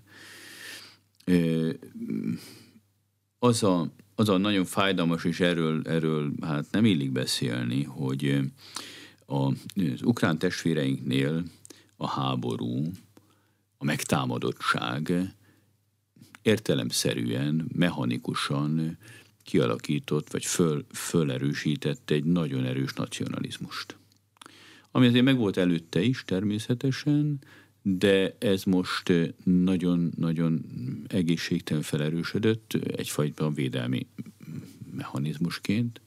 Az a nagyon fájdalmas, és erről hát nem illik beszélni, hogy az ukrán testvéreinknél a háború, a megtámadottság értelemszerűen, mechanikusan kialakított, vagy fölerősített egy nagyon erős nacionalizmust. Ami azért megvolt előtte is természetesen, de ez most nagyon-nagyon egészségtelen felerősödött egyfajta védelmi mechanizmusként.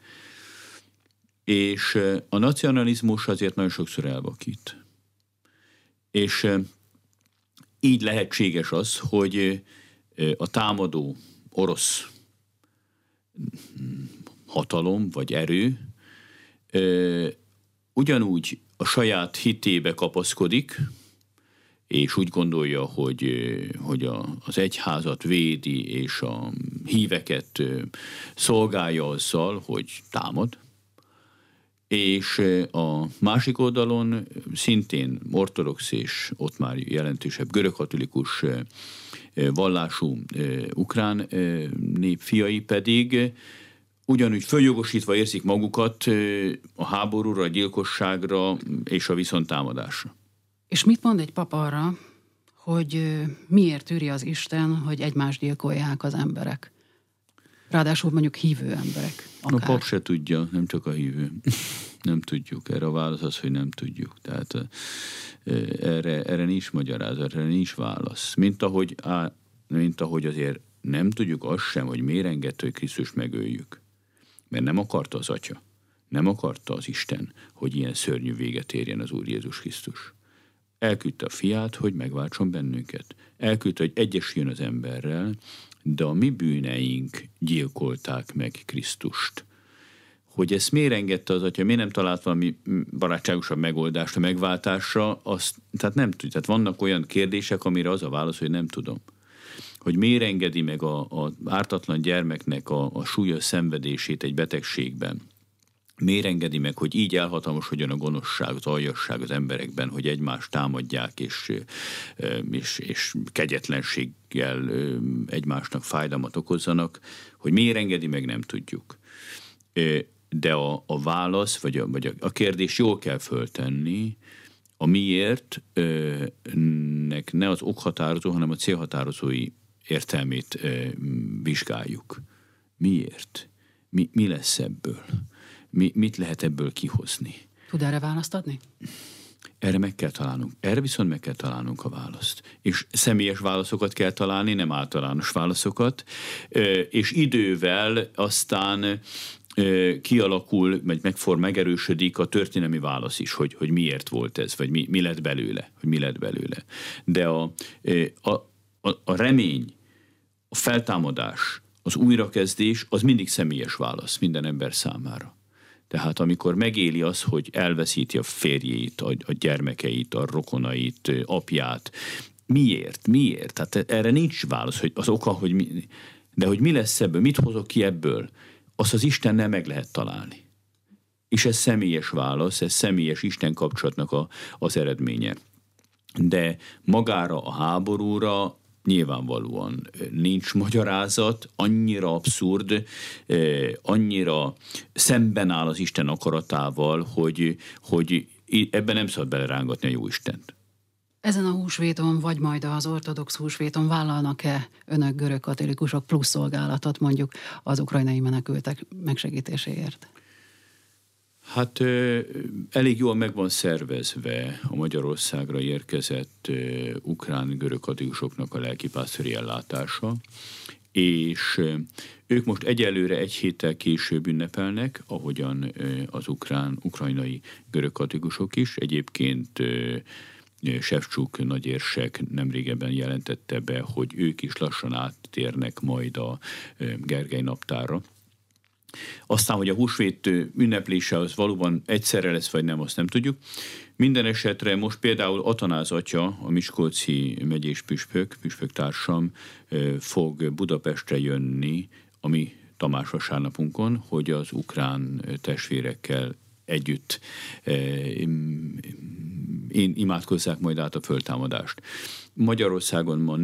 És a nacionalizmus azért nagyon sokszor elvakít. És így lehetséges az, hogy a támadó orosz hatalom vagy erő ugyanúgy a hitébe kapaszkodik, és úgy gondolja, hogy az egyházat védi, és a híveket szolgálja azzal, hogy támad. És a másik oldalon szintén ortodox és ott már jelentősebb görögkatolikus vallású ukrán népfiai pedig ugyanúgy följogosítva érzik magukat a háborúra, a gyilkosságra és a viszonttámadásra. És mit mond egy pap arra, hogy miért tűri az Isten, hogy egymást gyilkolják az emberek? Ráadásul mondjuk hívő emberek. Akár. A pap se tudja, nem csak a hívő. Nem tudjuk. Erre a válasz az, hogy nem tudjuk. Tehát erre nincs magyarázat, erre nincs válasz. Mint ahogy azért nem tudjuk azt sem, hogy miért engedte, hogy Krisztus megöljük. Mert nem akarta az Atya, nem akarta az Isten, hogy ilyen szörnyű véget érjen az Úr Jézus Krisztus. Elküldte a fiát, hogy megváltson bennünket. Elküldte, hogy egyesüljön az emberrel, de a mi bűneink gyilkolták meg Krisztust. Hogy ezt miért engedte az Atya, miért nem talált valami barátságosabb megoldást a megváltásra, tehát nem tudja. Tehát vannak olyan kérdések, amire az a válasz, hogy nem tudom. Hogy miért engedi meg az ártatlan gyermeknek a súlyos szenvedését egy betegségben. Miért engedi meg, hogy így elhatalmasodjon a gonoszság, az aljasság az emberekben, hogy egymást támadják, és kegyetlenséggel egymásnak fájdalmat okozzanak, hogy miért engedi meg, nem tudjuk. De a válasz, vagy a kérdés jól kell föltenni, a miért nek ne az okhatározó, hanem a célhatározói értelmét vizsgáljuk. Miért? Mi lesz ebből? Mit lehet ebből kihozni? Tud erre választ adni? Erre meg kell találnunk. Erre viszont meg kell találnunk a választ. És személyes válaszokat kell találni, nem általános válaszokat. És idővel aztán kialakul, vagy megerősödik a történelmi válasz is, hogy miért volt ez, vagy mi lett belőle. De a remény, a feltámadás, az újrakezdés, az mindig személyes válasz minden ember számára. Tehát amikor megéli az, hogy elveszíti a férjét, a gyermekeit, a rokonait, apját, miért? Tehát erre nincs válasz, hogy az oka, de hogy mi lesz ebből, mit hozok ki ebből, azt az Istennel meg lehet találni. És ez személyes válasz, ez személyes Isten kapcsolatnak az eredménye. De magára a háborúra nyilvánvalóan nincs magyarázat, annyira abszurd, annyira szemben áll az Isten akaratával, hogy ebben nem szabad belerángatni a Jóistent. Ezen a húsvéton, vagy majd az ortodox húsvéton vállalnak-e önök görögkatolikusok plusz szolgálatot mondjuk az ukrajnai menekültek megsegítéséért? Hát elég jól meg van szervezve a Magyarországra érkezett ukrán görögkatolikusoknak a lelkipásztori ellátása, és ők most egyelőre egy héttel később ünnepelnek, ahogyan az ukrajnai görögkatolikusok is. Egyébként Sevcsuk nagyérsek nemrégebben jelentette be, hogy ők is lassan áttérnek majd a Gergely naptárra. Aztán, hogy a húsvét ünneplése az valóban egyszerre lesz, vagy nem, azt nem tudjuk. Minden esetre most például Atanáz atya, a miskolci megyés püspök társam fog Budapestre jönni a mi Tamás vasárnapunkon, hogy az ukrán testvérekkel együtt imádkozzák majd át a föltámadást. Magyarországon ma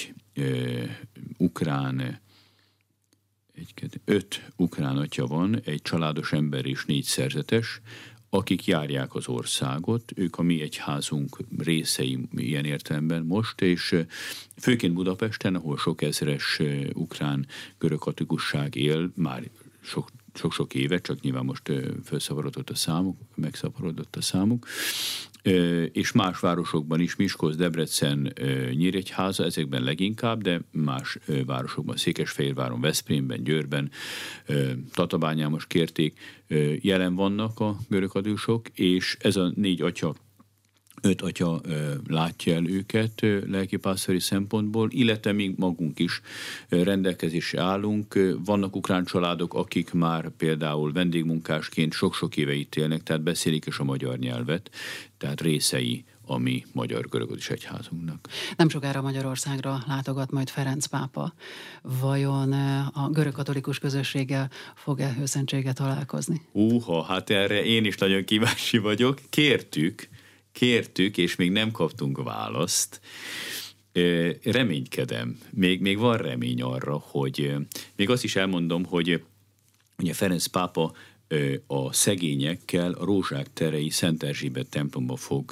5 ukrán atya van, egy családos ember és 4 szerzetes, akik járják az országot, ők a mi egyházunk részei ilyen értelemben most, és főként Budapesten, ahol sok ezres ukrán görögkatolikusság él, már sok-sok éve, csak nyilván most megszaporodott a számuk, és más városokban is, Miskolc, Debrecen, Nyíregyháza, ezekben leginkább, de más városokban, Székesfehérváron, Veszprémben, Győrben, Tatabányán most kérték, jelen vannak a görögkatolikusok, és ez a 5 atya látja el őket lelkipásztori szempontból, illetve mi magunk is rendelkezésre állunk. Vannak ukrán családok, akik már például vendégmunkásként sok-sok éve itt élnek, tehát beszélik is a magyar nyelvet, tehát részei a mi magyar görögkatolikus egyházunknak. Nem sokára Magyarországra látogat majd Ferenc pápa. Vajon a görögkatolikus közösséggel fog-e őszentsége találkozni? Hát erre én is nagyon kíváncsi vagyok. Kértük, és még nem kaptunk választ. Reménykedem. Még van remény arra, hogy még azt is elmondom, hogy ugye Ferenc pápa a szegényekkel a Rózsák terei Szent Erzsébet templomba fog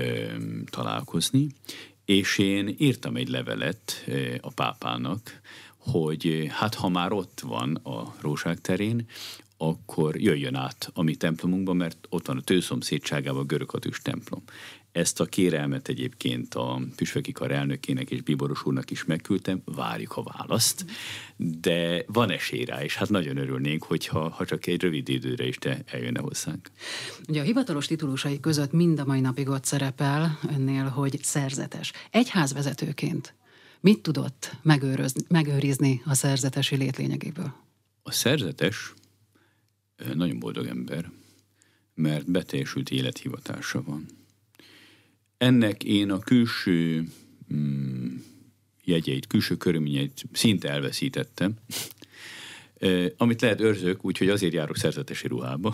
találkozni, és én írtam egy levelet a pápának, hogy hát ha már ott van a Rózsák terén, akkor jöjjön át a mi templomunkba, mert ott van a tőszomszédságában a görögkatolikus templom. Ezt a kérelmet egyébként a püspöki kar elnökének és bíboros úrnak is megküldtem, várjuk a választ, de van esély rá, és hát nagyon örülnénk, hogyha csak egy rövid időre is te eljönne hozzánk. Ugye a hivatalos titulusai között mind a mai napig ott szerepel önnél, hogy szerzetes. Egyházvezetőként mit tudott megőrizni a szerzetesi lét lényegéből? A szerzetes nagyon boldog ember, mert beteljesült élethivatása van. Ennek én a külső jegyeit, külső körülményeit szinte elveszítettem, amit lehet őrzök, úgyhogy azért járok szerzetesi ruhába,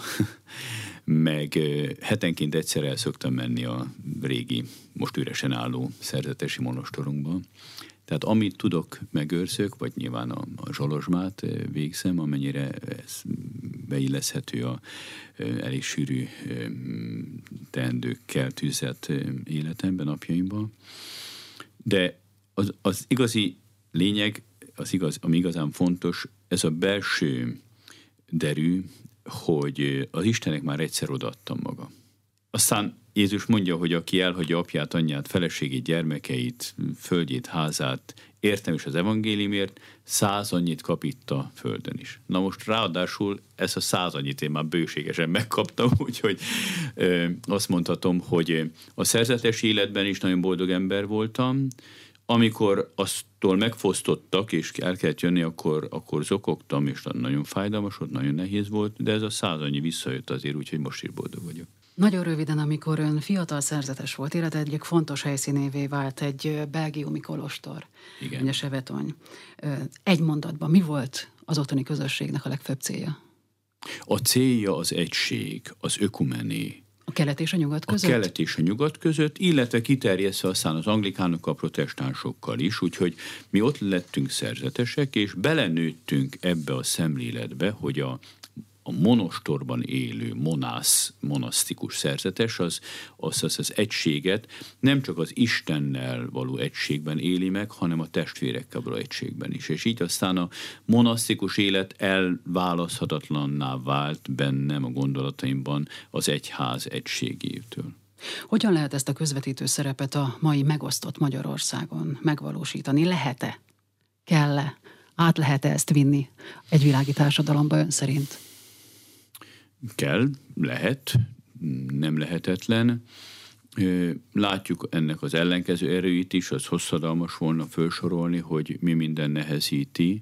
meg hetenként egyszer el szoktam menni a régi, most üresen álló szerzetesi monostorunkba. Tehát amit tudok, megőrzök, vagy nyilván a zsolozsmát végzem, amennyire ez beilleszthető a elég sűrű teendőkkel tűzett életemben, napjaimban. De az igazi lényeg, ami igazán fontos, ez a belső derű, hogy az Istennek már egyszer odaadtam maga. Aztán Jézus mondja, hogy aki elhagyja apját, anyját, feleségét, gyermekeit, földjét, házát, értem is az evangéliumért, 100 annyit kap itt a földön is. Na most ráadásul ezt a 100 annyit én már bőségesen megkaptam, úgyhogy azt mondhatom, hogy a szerzetes életben is nagyon boldog ember voltam. Amikor aztól megfosztottak, és el kellett jönni, akkor zokogtam, és nagyon fájdalmas volt, nagyon nehéz volt, de ez a 100 annyi visszajött azért, úgyhogy most is boldog vagyok. Nagyon röviden, amikor ön fiatal szerzetes volt, élete egyik fontos helyszínévé vált egy belgiumi kolostor, ugye Sevetony. Egy mondatban, mi volt az ottani közösségnek a legfőbb célja? A célja az egység, az ökumené. A kelet és a nyugat között? A kelet és a nyugat között, illetve kiterjesztve aztán az anglikánokkal, protestánsokkal is, úgyhogy mi ott lettünk szerzetesek, és belenőttünk ebbe a szemléletbe, hogy a monostorban élő monasztikus szerzetes az egységet nem csak az Istennel való egységben éli meg, hanem a testvérekkel való egységben is. És így aztán a monasztikus élet elválaszthatatlanná vált bennem a gondolataimban az egyház egységétől. Hogyan lehet ezt a közvetítő szerepet a mai megosztott Magyarországon megvalósítani? Lehet-e? Kell-e? Át lehet-e ezt vinni egy világi társadalomba ön szerint? Kell, lehet, nem lehetetlen. Látjuk ennek az ellenkező erőit is, az hosszadalmas volna felsorolni, hogy mi minden nehezíti.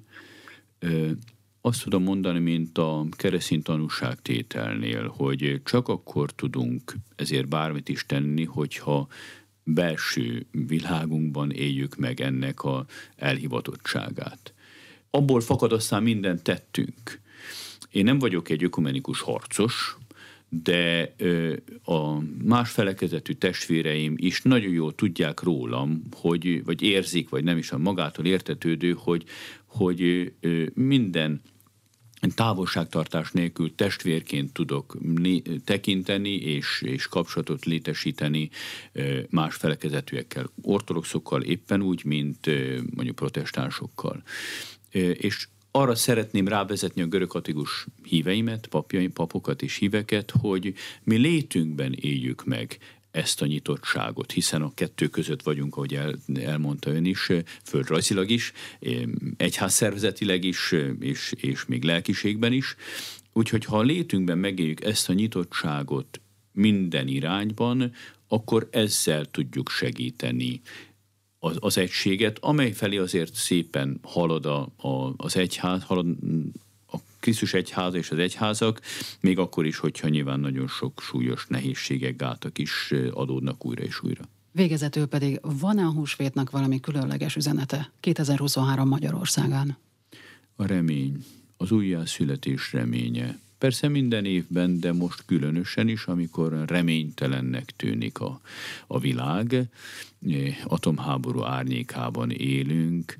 Azt tudom mondani, mint a keresztény tanúságtételnél, hogy csak akkor tudunk ezért bármit is tenni, hogyha belső világunkban éljük meg ennek a elhivatottságát. Abból fakad aztán mindent tettünk. Én nem vagyok egy ökumenikus harcos, de a más felekezetű testvéreim is nagyon jól tudják rólam, vagy érzik, vagy nem is a magától értetődő, hogy minden távolságtartás nélkül testvérként tudok tekinteni, és kapcsolatot létesíteni más felekezetűekkel, ortodoxokkal éppen úgy, mint mondjuk protestánsokkal. És arra szeretném rávezetni a görögkatolikus híveimet, papokat és híveket, hogy mi létünkben éljük meg ezt a nyitottságot, hiszen a kettő között vagyunk, ahogy elmondta ön is, földrajzilag is, egyházszervezetileg is, és még lelkiségben is. Úgyhogy ha a létünkben megéljük ezt a nyitottságot minden irányban, akkor ezzel tudjuk segíteni az egységet, amely felé azért szépen halad az egyház, halad a Krisztus egyháza és az egyházak, még akkor is, hogyha nyilván nagyon sok súlyos nehézségek, gátak is adódnak újra és újra. Végezetül pedig van-e a húsvétnak valami különleges üzenete 2023 Magyarországán? A remény, az újjászületés reménye. Persze minden évben, de most különösen is, amikor reménytelennek tűnik a világ, atomháború árnyékában élünk,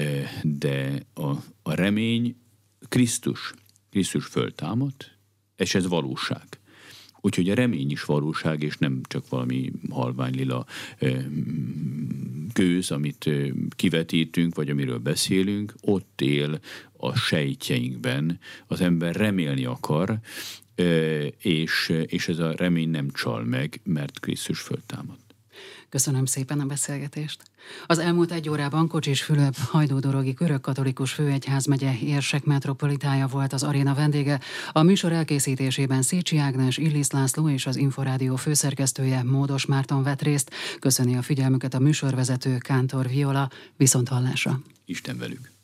de a remény Krisztus föltámadt, és ez valóság. Úgyhogy a remény is valóság, és nem csak valami halvány lila gőz, amit kivetítünk, vagy amiről beszélünk, ott él a sejtjeinkben, az ember remélni akar, és ez a remény nem csal meg, mert Krisztus föltámad. Köszönöm szépen a beszélgetést. Az elmúlt 1 órában Kocsis Fülöp, hajdúdorogi görögkatolikus főegyházmegye érsek metropolitája volt az aréna vendége. A műsor elkészítésében Szécsi Ágnes, Illis László és az Inforádió főszerkesztője, Módos Márton vett részt. Köszöni a figyelmüket a műsorvezető, Kántor Viola. Viszonthallásra. Isten velük!